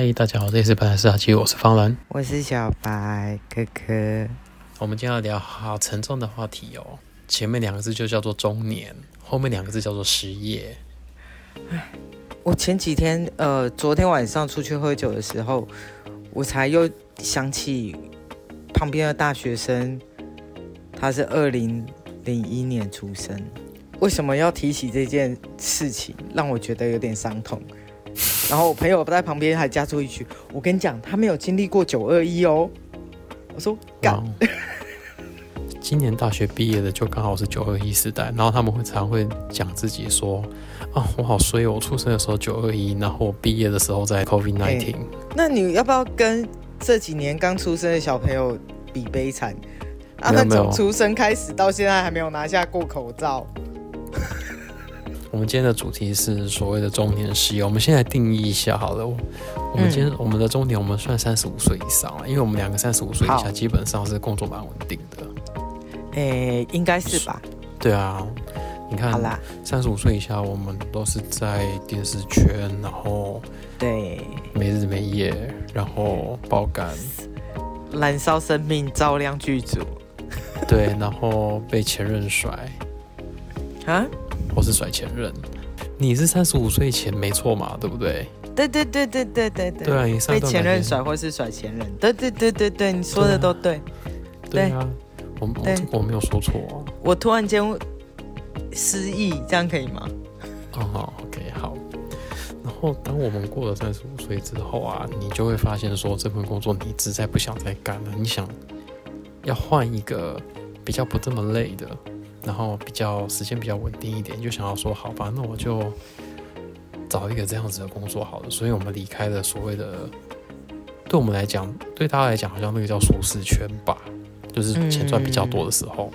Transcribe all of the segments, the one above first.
嗨，大家好，这里是本来是阿基，我是方兰， 我是小白哥哥。 我们今天要聊好沉重的话题哦。前面两个字就叫做中年，后面两个字叫做失业。 我前几天昨天晚上出去喝酒的时候，我才又想起旁边的大学生，他是2001年出生。为什么要提起这件事情，让我觉得有点伤痛。然后我朋友在旁边还加出一句：“我跟你讲，他没有经历过921哦。”我说：“干。” 今年大学毕业的就刚好是921世代，然后他们常会讲自己说：“啊，我好衰，我出生的时候921，然后我毕业的时候在 COVID-19。” 那你要不要跟这几年刚出生的小朋友比悲惨？他们从出生开始到现在还没有拿下过口罩。 我们今天的主题是所谓的中年失业，我们先来定义一下好了。我们的中年，我们算35岁以上了，因为我们两个35岁以下基本上是工作蛮稳定的。 应该是吧？ 对啊，你看，35岁以下我们都是在电视圈，然后对没日没夜，然后爆肝， 燃烧生命，照亮剧组。 对，然后被前任甩啊。 或是甩前任，你是35岁前没错嘛，对不对？ 对。对啊， 你上被前任甩或是甩前任，对，你说的都对。 对啊，我没有说错啊。 我突然间失忆，这样可以吗？ 哦 ，OK， 好。然后当我们过了35岁之后啊，你就会发现说这份工作你实在不想再干了，你想要换一个比较不这么累的。然后时间比较稳定一点，就想要说好吧，那我就找一个这样子的工作好了。所以我们离开了所谓的，对我们来讲，对大家来讲，好像那个叫舒适圈吧，就是钱赚比较多的时候。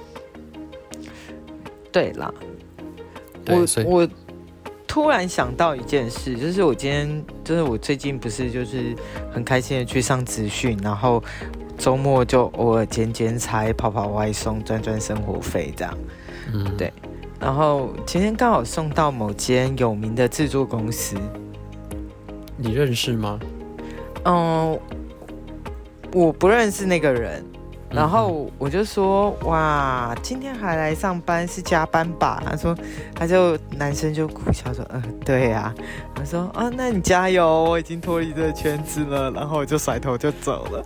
对啦，我突然想到一件事，就是我最近不是就是很开心的去上职训，然后周末就偶尔兼差，跑外送，赚生活费这样。对。然后今天刚好送到某间有名的制作公司。 你认识吗？ 我不认识那个人。然后我就说：“哇，今天还来上班是加班吧？”男生就苦笑说：“对呀。”他说：“那你加油，我已经脱离这个圈子了。”然后我就甩头就走了。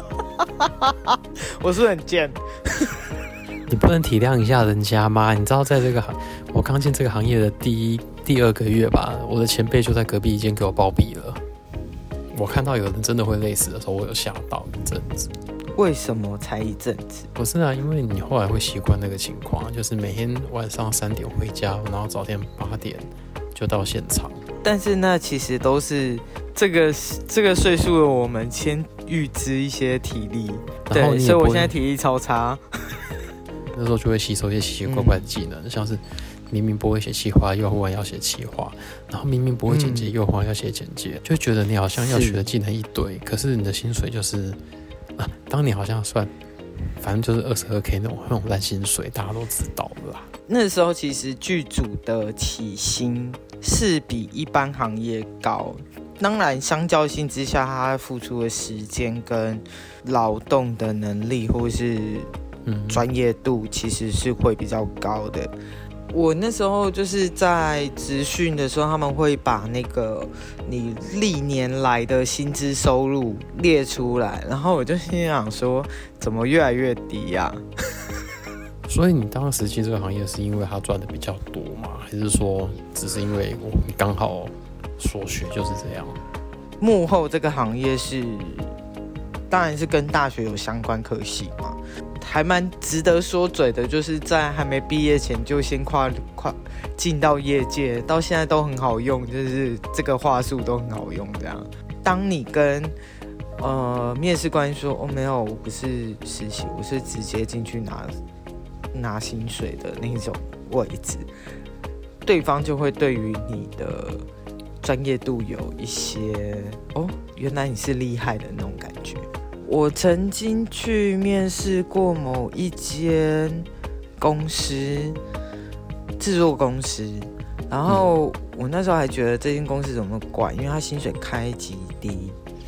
我是不是很贱？ 你不能体谅一下人家吗？你知道，在我刚进这个行业的第2个月吧，我的前辈就在隔壁一间给我包庇了。我看到有人真的会累死的时候，我有吓到一阵子。 为什么才一阵子？ 不是啊，因为你后来会习惯那个情况，就是每天晚上3点回家，然后早天8点就到现场。 但是那其实都是这个岁数的我们先预支一些体力，对，所以我现在体力超差。 那时候就会吸收一些奇奇怪怪的技能，像是明明不会写企划，又忽然要写企划，然后明明不会剪辑，又忽然要写剪辑，就觉得你好像要学的技能一堆，可是你的薪水就是当你好像反正就是22K 那种烂薪水，大家都知道了啦。 那时候其实剧组的起薪是比一般行业高，当然相较性之下，他付出的时间跟劳动的能力或是专业度其实是会比较高的。我那时候就是在职训的时候，他们会把那个你历年来的薪资收入列出来，然后我就心想说，怎么越来越低啊？ 所以你当时进这个行业是因为他赚的比较多吗？还是说只是因为你刚好所学就是这样？ 幕后这个行业当然是跟大学有相关科系嘛。还蛮值得说嘴的，就是在还没毕业前就先跨进到业界，到现在都很好用，就是这个话术都很好用。这样，当你跟面试官说没有，我不是实习，我是直接进去拿薪水的那种位置，对方就会对于你的专业度有一些原来你是厉害的那种感觉。我曾经去面试过某一间公司，制作公司，然后我那时候还觉得这间公司怎么怪，因为他薪水开极低，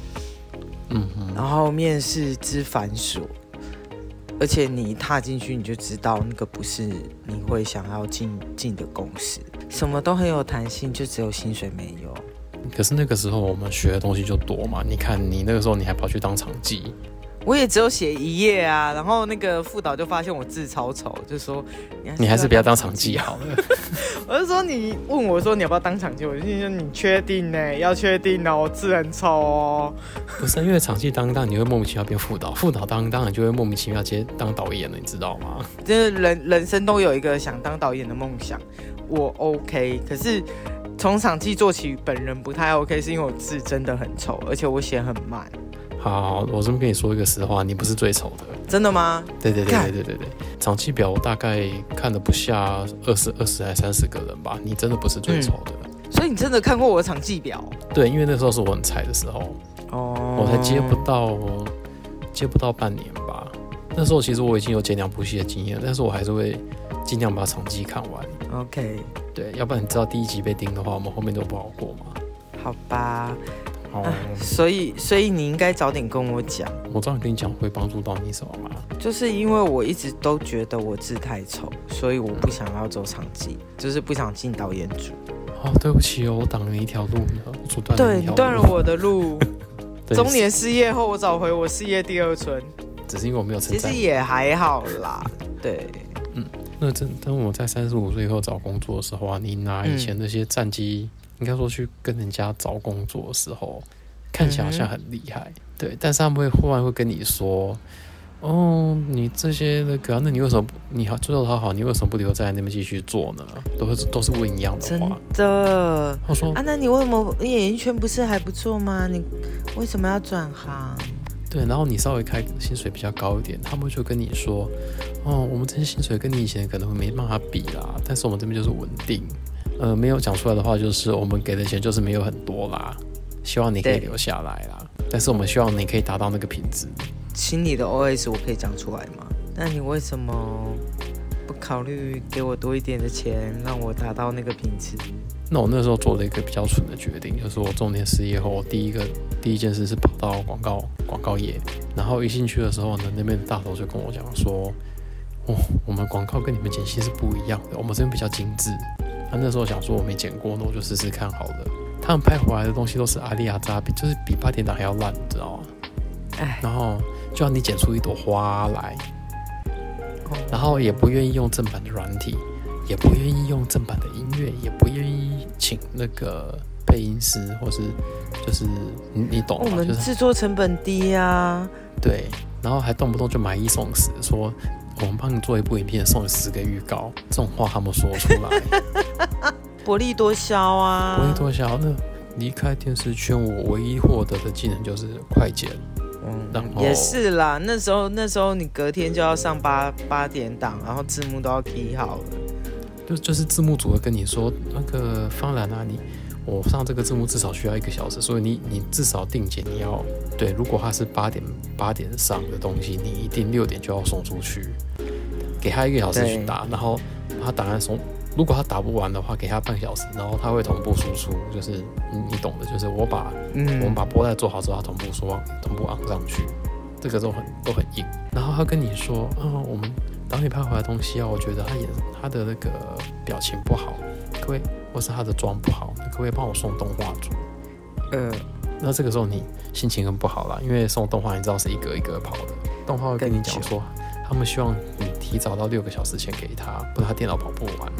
然后面试之繁琐，而且你一踏进去你就知道那个不是你会想要进的公司，什么都很有弹性，就只有薪水没有。 可是那个时候我们学的东西就多嘛，你看你那个时候你还跑去当场记。 我也只有写1页啊，然后那个副导就发现我字超丑，就说你还是不要当场记好了。 我就说你问我说你要不要当场记，我就说你确定呢？要确定哦，字很丑哦。 不是因为场记当你会莫名其妙变副导，副导当然就会莫名其妙直接当导演了，你知道吗？ 就是人生都有一个想当导演的梦想，我 OK， 可是从场记做起，本人不太 OK， 是因为我字真的很丑，而且我写很慢。 好，我这么跟你说一个实话，你不是最丑的。 真的吗？ 对，场记表我大概看了不下20还30个人吧，你真的不是最丑的。 所以你真的看过我的场记表？ 对，因为那时候是我很菜的时候，我才接不到半年吧。那时候其实我已经有剪2部戏的经验，但是我还是会尽量把场记看完。 OK， 对，要不然你知道第1集被盯的话，我们后面都不好过嘛。 好吧。所以你应该早点跟我讲。 我早点跟你讲会帮助到你什么吗？ 就是因为我一直都觉得我字太丑，所以我不想要走场记，就是不想进导演组。 对不起哦，我挡了一条路呢，我阻断了一条路。对， 你断了我的路。中年失业后，我找回我事业第2春。 只是因为我没有称赞。 其实也还好啦，对。 当我在35岁以后找工作的时候啊，你拿以前那些战绩。应该说去跟人家找工作的时候，看起来好像很厉害，对，但是他们会忽然会跟你说，你这些那你为什么你做得好，你为什么不留在那边继续做呢？都是问一样的话。 真的。 我说那你为什么演艺圈不是还不错吗？你为什么要转行？ 对，然后你稍微开薪水比较高一点，他们就跟你说，我们这些薪水跟你以前可能没办法比啦，但是我们这边就是稳定。没有讲出来的话就是我们给的钱就是没有很多啦，希望你可以留下来啦，但是我们希望你可以达到那个品质。 心里的 OS 我可以讲出来吗？那你为什么不考虑给我多一点的钱，让我达到那个品质？ 那我那时候做了一个比较蠢的决定，就是我中年失业后，我第一件事是跑到广告业，然后一进去的时候呢，那边大头就跟我讲说，我们广告跟你们剪辑是不一样的，我们这边比较精致。那时候想说我没剪过，那我就试试看好了。他们拍回来的东西都是阿里阿扎，就是比8点档还要烂，你知道吗？然后就要你剪出一朵花来，然后也不愿意用正版的软体，也不愿意用正版的音乐，也不愿意请那个配音师，或是就是你懂吗？ 我们制作成本低啊。 对，然后还动不动就买1送10，说我们帮你做一部影片，送你10个预告，这种话他们说出来， 薄利多销啊！ 薄利多销。那离开电视圈，我唯一获得的技能就是快剪。 也是啦。那时候你隔天就要上8点档，然后字幕都要 key 好了。 就是字幕组会跟你说，那个方兰啊，我上这个字幕至少需要1个小时，所以你至少定剪你要对。如果它是8点上的东西，你一定6点就要送出去，给他1个小时去打，然后他答案如果他打不完的话，给他半小时，然后他会同步输出，就是你懂的，就是我们把波带做好之后，他同步昂上去，这个都很硬。然后他跟你说，我们导演拍回来的东西啊，我觉得他的那个表情不好，可不可以？或是他的妆不好，你可不可以帮我送动画组？那这个时候你心情很不好啦，因为送动画你知道是一个一个跑的，动画会跟你讲说，他们希望你提早到6个小时前给他，不然他电脑跑不完。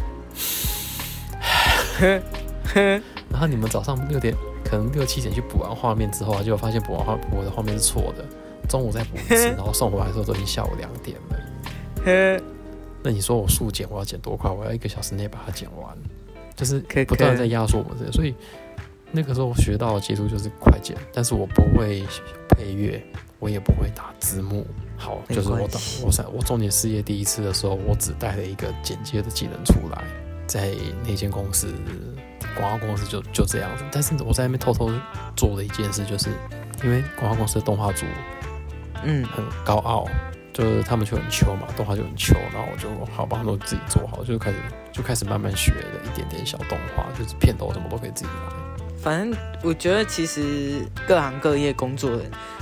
然后你们早上6点，可能6、7点去补完画面之后啊，结果发现补的画面是错的，中午再补一次，然后送回来的时候都已经下午2点了。那你说我速剪我要剪多快？我要1个小时内把它剪完。就是不断的在压缩我们这些，所以那个时候我学到的技术就是快剪，但是我不会配乐，我也不会打字幕。好，就是我中年失业第1次的时候，我只带了一个剪接的技能出来，在那间公司广告公司就这样子。但是我在那边偷偷做了一件事，就是因为广告公司的动画组很高傲。就是他们就很秋嘛，动画就很秋，然后我就好把它都自己做好，就开始慢慢学了一点点小动画，就是片头什么都可以自己来。 反正我觉得其实各行各业工作的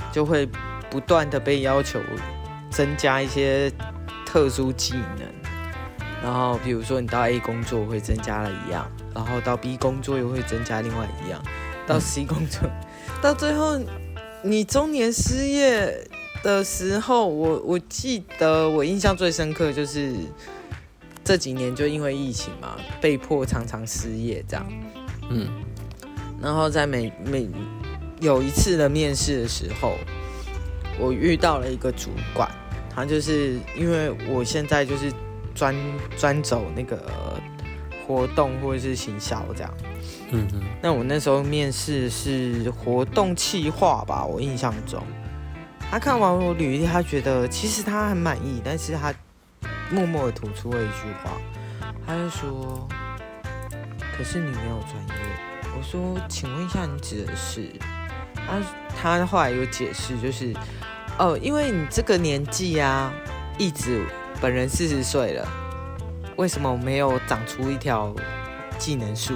就会不断的被要求增加一些特殊技能。然后比如说你到 A 工作会增加了一样，然后到 B 工作又会增加另外一样，到 C 工作，到最后你中年失业的时候，我记得我印象最深刻就是这几年就因为疫情嘛，被迫常常失业这样。然后在每有一次的面试的时候，我遇到了一个主管，他就是因为我现在就是专走那个活动或者是行销这样。那我那时候面试是活动企划吧，我印象中。他看完我履历，他觉得其实他很满意，但是他默默的吐出了一句话，他就说：“可是你没有专业。”我说：“请问一下，你指的是？”他后来有解释，就是因为你这个年纪啊，一直本人40岁了，为什么没有长出一条技能树？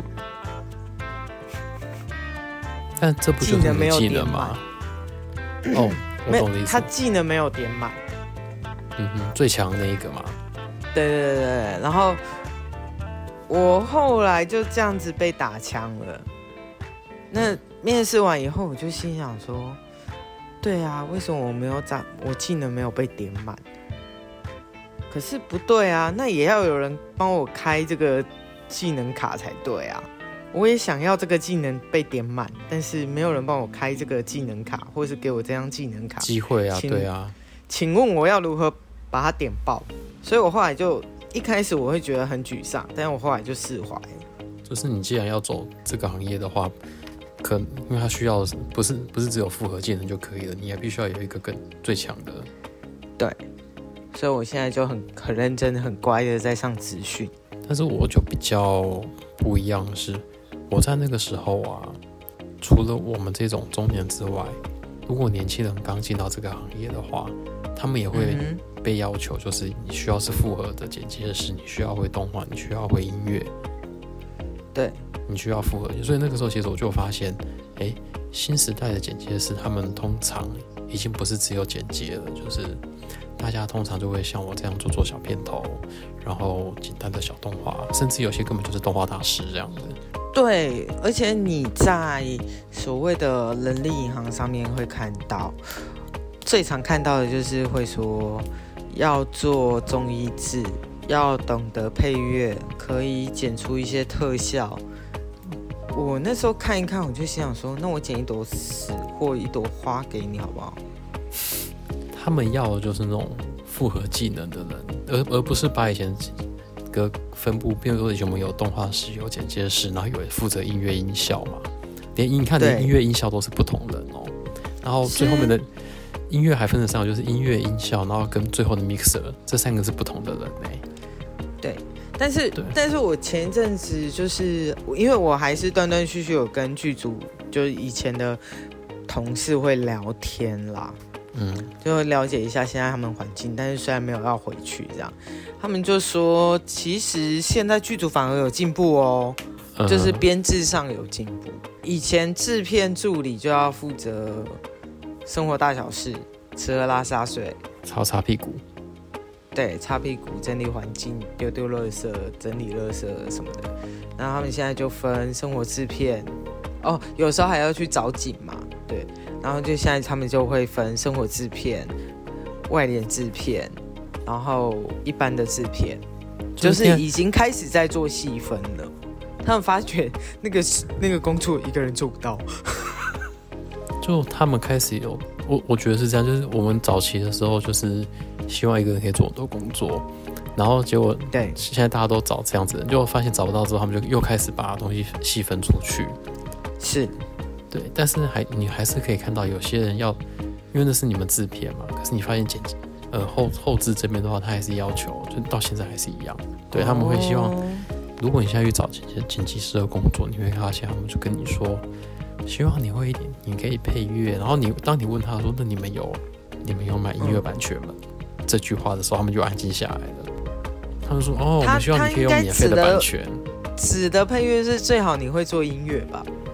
但这不就是你的技能吗？我懂的意思。 他技能没有点满。 最强的那一个嘛。 对，然后我后来就这样子被打枪了。那面试完以后，我就心想说：对啊，为什么我技能没有被点满？可是不对啊，那也要有人帮我开这个技能卡才对啊。我也想要这个技能被点满，但是没有人帮我开这个技能卡，或是给我这张技能卡机会啊，对啊。 请问我要如何把它点爆？所以我后来就一开始我会觉得很沮丧，但我后来就释怀。 就是你既然要走这个行业的话，因为它需要不是只有复合技能就可以了，你还必须要有一个更最强的。 对，所以我现在就很认真、很乖的在上资讯。 但是我就比较不一样的是，我在那个时候啊，除了我们这种中年之外，如果年轻人刚进到这个行业的话，他们也会被要求，就是你需要是复合的剪接师，你需要会动画，你需要会音乐， 对， 你需要复合。所以那个时候其实我就发现，新时代的剪接师他们通常已经不是只有剪接了，就是大家通常就会像我这样做小片头，然后简单的小动画，甚至有些根本就是动画大师这样子。 对，而且你在所谓的人力银行上面会看到，最常看到的就是会说要做中医字，要懂得配乐，可以剪出一些特效。我那时候看一看，我就心想说，那我剪一朵死或一朵花给你好不好？ 他们要的就是那种复合技能的人，而不是把以前个分布，比如说以前我们有动画师、有剪接师，然后有负责音乐音效嘛，连音乐音效都是不同人哦。然后最后面的音乐还分得上，就是音乐音效，然后跟最后的 mixer， 这3个是不同的人对，但是我前一阵子就是因为我还是断断续续有跟剧组，就是以前的同事会聊天啦。就了解一下现在他们环境，但是虽然没有要回去这样，他们就说其实现在剧组反而有进步哦，就是编制上有进步。以前制片助理就要负责生活大小事，吃喝拉撒睡， 擦屁股， 对，擦屁股，整理环境，丢垃圾，整理垃圾什么的。然后他们现在就分生活制片，有时候还要去找景嘛，对。然后就现在他们就会分生活制片、外联制片，然后一般的制片，就是已经开始在做细分了。他们发觉那个工作一个人做不到， 就他们开始有，我觉得是这样，就是我们早期的时候就是希望一个人可以做很多工作，然后结果对现在大家都找这样子的人，就发现找不到之后，他们就又开始把东西细分出去， 是。 对，但是你还是可以看到有些人要，因为那是你们制片嘛，可是你发现后制这边的话，他还是要求，就到现在还是一样。对，他们会希望，如果你现在去找剪辑师的工作，你会发现他们就跟你说，希望你会一点，你可以配乐。然后当你问他说，那你们有买音乐版权吗？这句话的时候，他们就安静下来了。他们说，我们希望你可以用免费的版权。 指的配乐是最好你会做音乐吧？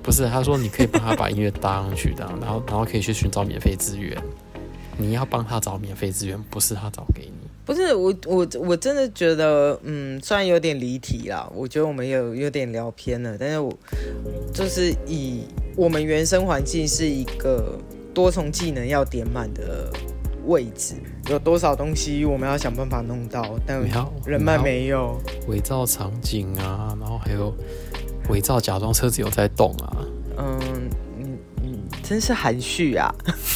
不是，他说你可以帮他把音乐搭上去的，然后可以去寻找免费资源。你要帮他找免费资源，不是他找给你。 不是我真的觉得，虽然有点离题啦，我觉得我们有点聊偏了，但是我就是以我们原生环境是一个多重技能要点满的位置，有多少东西我们要想办法弄到，但人脉没有。 伪造场景啊，然后还有伪造假装车子有在动啊。 真是含蓄啊。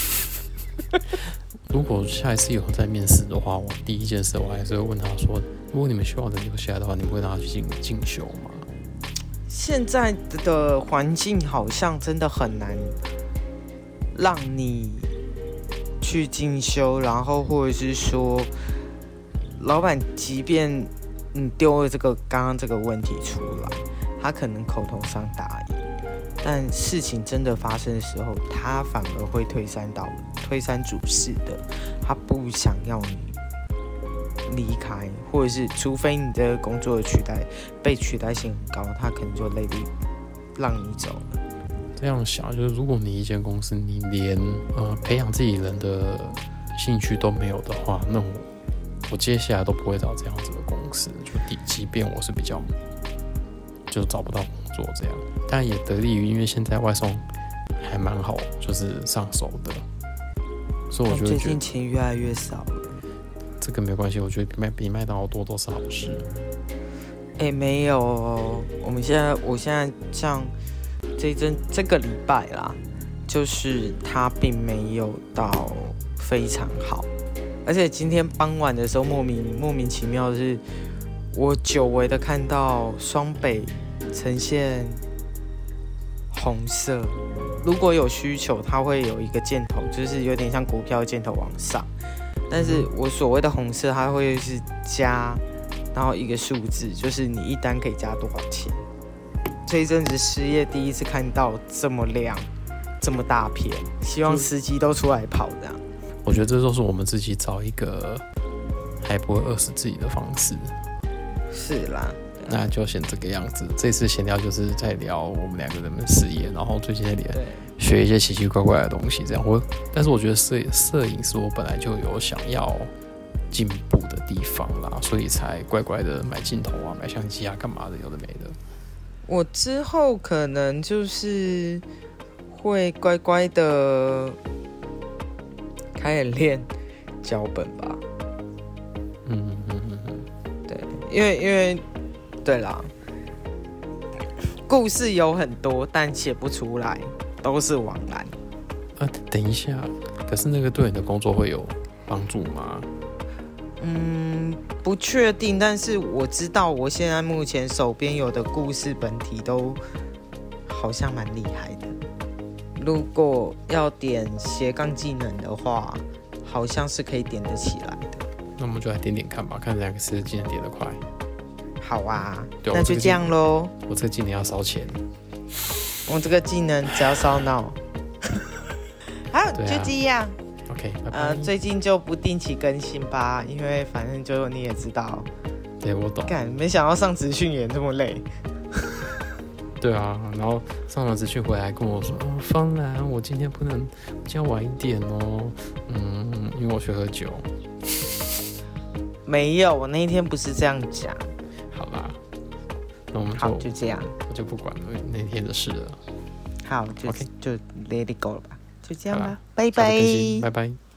如果下一次有在面试的话，我第一件事我还是会问他说：如果你们希望人留下来的话，你们会让他去进修吗？ 现在的环境好像真的很难让你去进修，然后或者是说，老板即便你丢了刚刚这个问题出来，他可能口头上答应，但事情真的发生的时候，他反而会推三阻四的，他不想要你离开，或者是除非你的工作的被取代性很高，他可能就累力让你走了。 这样想就是，如果你一间公司你连培养自己人的兴趣都没有的话，那我接下来都不会找这样子的公司。就即便我是比较就找不到工作这样，但也得力于因为现在外送还蛮好，就是上手的。所以我觉得最近钱越来越少了。 这个没关系，我觉得比麦当劳多都是好事。 没有哦，我现在像这个礼拜啦，就是它并没有到非常好，而且今天傍晚的时候莫名其妙的是，我久违的看到双北呈现红色。如果有需求，它会有一个箭头，就是有点像股票箭头往上。但是我所谓的红色，它会是加，然后一个数字，就是你一单可以加多少钱。这一阵子失业第一次看到这么亮，这么大片，希望司机都出来跑这样。 我觉得这都是我们自己找一个还不会饿死自己的方式。是啦。那就先这个样子。这次闲聊就是在聊我们两个人的事业，然后最近在学一些奇奇怪怪的东西，这样。但是我觉得摄影是我本来就有想要进步的地方啦，所以才乖乖的买镜头啊、买相机啊、干嘛的，有的没的。 我之后可能就是会乖乖的开始练脚本吧。对，因为对啦，故事有很多，但写不出来，都是枉然。 等一下，可是那个对你的工作会有帮助吗？ 不确定，但是我知道我现在目前手边有的故事本体都好像蛮厉害的。如果要点斜杠技能的话，好像是可以点得起来的。 那我们就来点点看吧，看哪个是技能点得快。 好啊，那就这样咯。 我这个技能要烧钱， 我这个技能只要烧脑。好，就这样。 OK， 拜拜。 最近就不定期更新吧，因为反正就你也知道。 对，我懂。 没想到上职训也这么累。 对啊，然后上了职训回来跟我说：“方兰，我今天不能，今天晚一点哦。”因为我去喝酒。 没有，我那一天不是这样讲。 好啦，那我们就这样， 我就不管那天的事了。 好，就 let it go 了吧，就这样吧，拜拜， 拜拜。